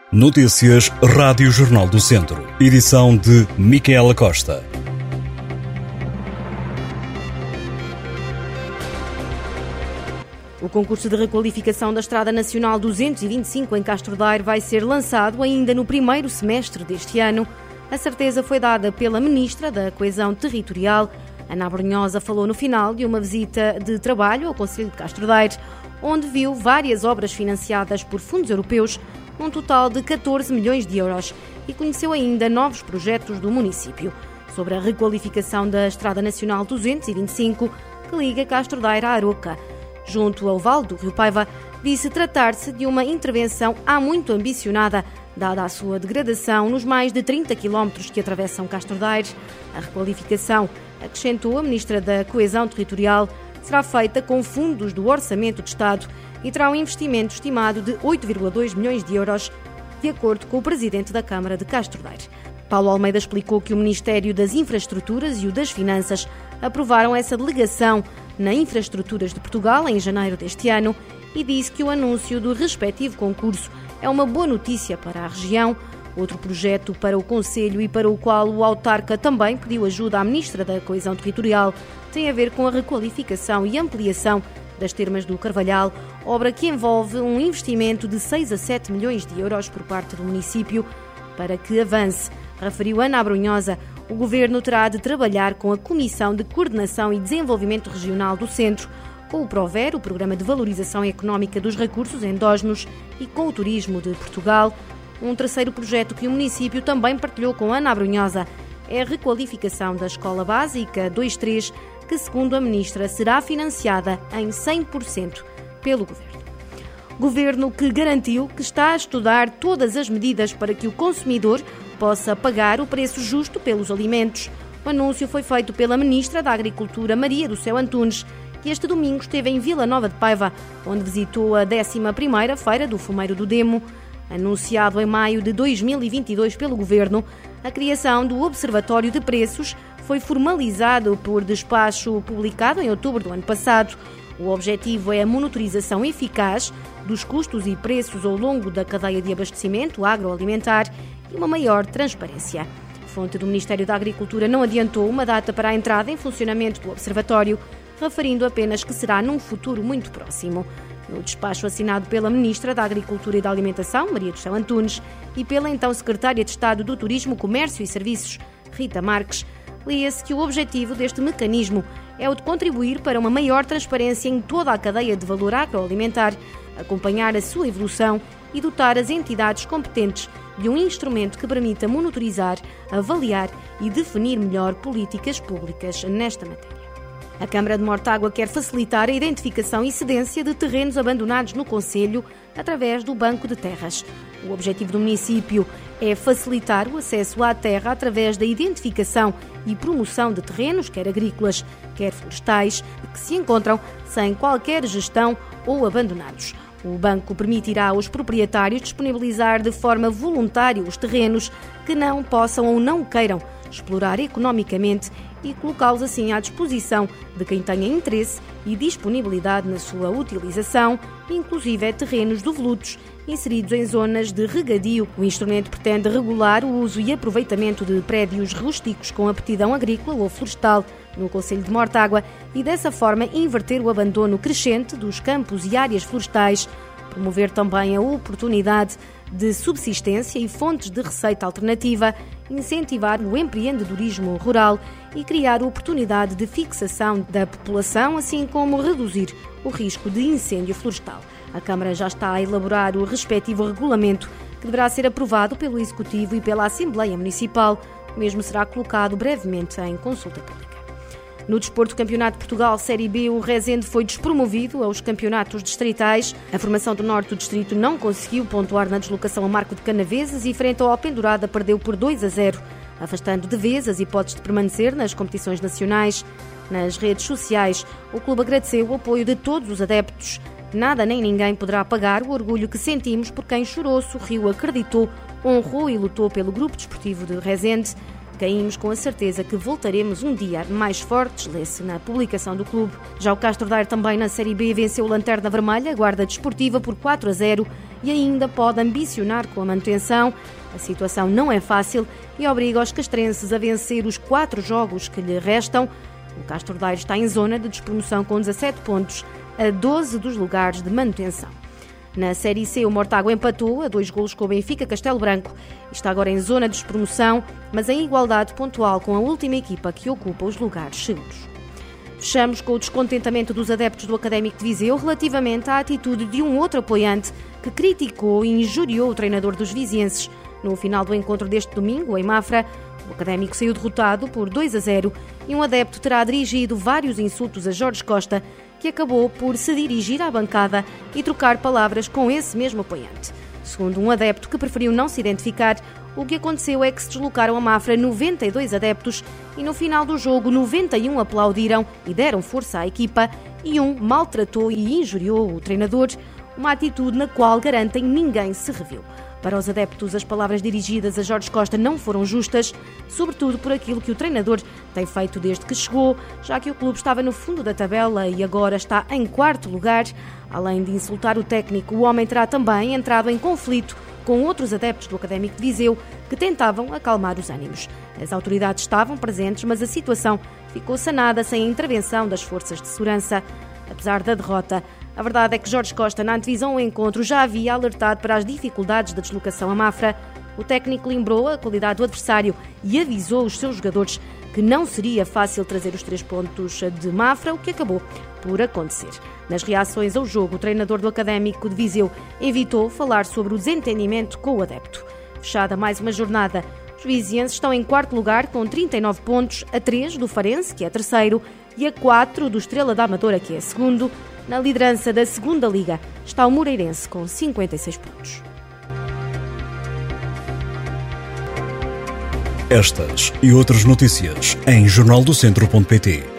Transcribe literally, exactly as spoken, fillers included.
Notícias Rádio Jornal do Centro. Edição de Micaela Costa. O concurso de requalificação da Estrada Nacional duzentos e vinte e cinco em Castro Daire vai ser lançado ainda no primeiro semestre deste ano. A certeza foi dada pela Ministra da Coesão Territorial. Ana Abrunhosa falou no final de uma visita de trabalho ao Concelho de Castro Daire, onde viu várias obras financiadas por fundos europeus, num total de catorze milhões de euros, e conheceu ainda novos projetos do município. Sobre a requalificação da Estrada Nacional duzentos e vinte e cinco, que liga Castro Daire à Aroca, junto ao Vale do Rio Paiva, disse tratar-se de uma intervenção há muito ambicionada, dada a sua degradação nos mais de trinta quilómetros que atravessam Castro Daire. A requalificação, acrescentou a Ministra da Coesão Territorial, será feita com fundos do Orçamento de Estado e terá um investimento estimado de oito vírgula dois milhões de euros, de acordo com o Presidente da Câmara de Castro Daire. Paulo Almeida explicou que o Ministério das Infraestruturas e o das Finanças aprovaram essa delegação na Infraestruturas de Portugal em janeiro deste ano e disse que o anúncio do respectivo concurso é uma boa notícia para a região. Outro projeto para o Concelho e para o qual o autarca também pediu ajuda à Ministra da Coesão Territorial tem a ver com a requalificação e ampliação das Termas do Carvalhal, obra que envolve um investimento de seis a sete milhões de euros por parte do município. Para que avance, referiu Ana Abrunhosa, o Governo terá de trabalhar com a Comissão de Coordenação e Desenvolvimento Regional do Centro, com o PROVER, o Programa de Valorização Económica dos Recursos Endógenos, e com o Turismo de Portugal. Um terceiro projeto que o município também partilhou com Ana Abrunhosa é a requalificação da Escola Básica dois três, que, segundo a Ministra, será financiada em cem por cento pelo Governo. Governo que garantiu que está a estudar todas as medidas para que o consumidor possa pagar o preço justo pelos alimentos. O anúncio foi feito pela Ministra da Agricultura, Maria do Céu Antunes, que este domingo esteve em Vila Nova de Paiva, onde visitou a décima primeira Feira do Fumeiro do Demo. Anunciado em maio de dois mil e vinte e dois pelo Governo, a criação do Observatório de Preços foi formalizado por despacho publicado em outubro do ano passado. O objetivo é a monitorização eficaz dos custos e preços ao longo da cadeia de abastecimento agroalimentar e uma maior transparência. A fonte do Ministério da Agricultura não adiantou uma data para a entrada em funcionamento do Observatório, referindo apenas que será num futuro muito próximo. No despacho assinado pela Ministra da Agricultura e da Alimentação, Maria do Céu Antunes, e pela então Secretária de Estado do Turismo, Comércio e Serviços, Rita Marques, lia-se que o objetivo deste mecanismo é o de contribuir para uma maior transparência em toda a cadeia de valor agroalimentar, acompanhar a sua evolução e dotar as entidades competentes de um instrumento que permita monitorizar, avaliar e definir melhor políticas públicas nesta matéria. A Câmara de Mortágua quer facilitar a identificação e cedência de terrenos abandonados no concelho através do Banco de Terras. O objetivo do município é facilitar o acesso à terra através da identificação e promoção de terrenos, quer agrícolas, quer florestais, que se encontram sem qualquer gestão ou abandonados. O banco permitirá aos proprietários disponibilizar de forma voluntária os terrenos que não possam ou não queiram explorar economicamente e colocá-los assim à disposição de quem tenha interesse e disponibilidade na sua utilização, inclusive terrenos devolutos inseridos em zonas de regadio. O instrumento pretende regular o uso e aproveitamento de prédios rústicos com aptidão agrícola ou florestal no concelho de Mortágua e, dessa forma, inverter o abandono crescente dos campos e áreas florestais, promover também a oportunidade de subsistência e fontes de receita alternativa, incentivar o empreendedorismo rural e criar oportunidade de fixação da população, assim como reduzir o risco de incêndio florestal. A Câmara já está a elaborar o respectivo regulamento, que deverá ser aprovado pelo Executivo e pela Assembleia Municipal. O mesmo será colocado brevemente em consulta pública. No desporto, Campeonato de Portugal Série B, o Rezende foi despromovido aos campeonatos distritais. A formação do Norte do Distrito não conseguiu pontuar na deslocação a Marco de Canaveses e, frente ao Alpendurada, perdeu por dois a zero, afastando de vez as hipóteses de permanecer nas competições nacionais. Nas redes sociais, o clube agradeceu o apoio de todos os adeptos. Nada nem ninguém poderá apagar o orgulho que sentimos por quem chorou, sorriu, acreditou, honrou e lutou pelo grupo desportivo de Rezende. Caímos com a certeza que voltaremos um dia mais fortes, lê-se na publicação do clube. Já o Castro Daire também na Série B venceu o Lanterna Vermelha, Guarda Desportiva, por quatro a zero e ainda pode ambicionar com a manutenção. A situação não é fácil e obriga os castrenses a vencer os quatro jogos que lhe restam. O Castro Daire está em zona de despromoção com dezassete pontos, a doze dos lugares de manutenção. Na Série C, o Mortágua empatou a dois golos com o Benfica Castelo Branco e está agora em zona de despromoção, mas em igualdade pontual com a última equipa que ocupa os lugares seguros. Fechamos com o descontentamento dos adeptos do Académico de Viseu relativamente à atitude de um outro apoiante que criticou e injuriou o treinador dos vizienses. No final do encontro deste domingo, em Mafra, o Académico saiu derrotado por dois a zero e um adepto terá dirigido vários insultos a Jorge Costa, que acabou por se dirigir à bancada e trocar palavras com esse mesmo apoiante. Segundo um adepto que preferiu não se identificar, o que aconteceu é que se deslocaram a Mafra noventa e dois adeptos e no final do jogo noventa e um aplaudiram e deram força à equipa e um maltratou e injuriou o treinador, uma atitude na qual garantem ninguém se reviu. Para os adeptos, as palavras dirigidas a Jorge Costa não foram justas, sobretudo por aquilo que o treinador tem feito desde que chegou, já que o clube estava no fundo da tabela e agora está em quarto lugar. Além de insultar o técnico, o homem terá também entrado em conflito com outros adeptos do Académico de Viseu que tentavam acalmar os ânimos. As autoridades estavam presentes, mas a situação ficou sanada sem a intervenção das forças de segurança. Apesar da derrota, a verdade é que Jorge Costa, na antevisão ao encontro, já havia alertado para as dificuldades da deslocação a Mafra. O técnico lembrou a qualidade do adversário e avisou os seus jogadores que não seria fácil trazer os três pontos de Mafra, o que acabou por acontecer. Nas reações ao jogo, o treinador do Académico de Viseu evitou falar sobre o desentendimento com o adepto. Fechada mais uma jornada, os vizienses estão em quarto lugar com trinta e nove pontos, a três do Farense, que é terceiro, e a quatro do Estrela da Amadora, que é segundo. Na liderança da segunda Liga está o Moreirense com cinquenta e seis pontos. Estas e outras notícias em jornal do centro ponto pt.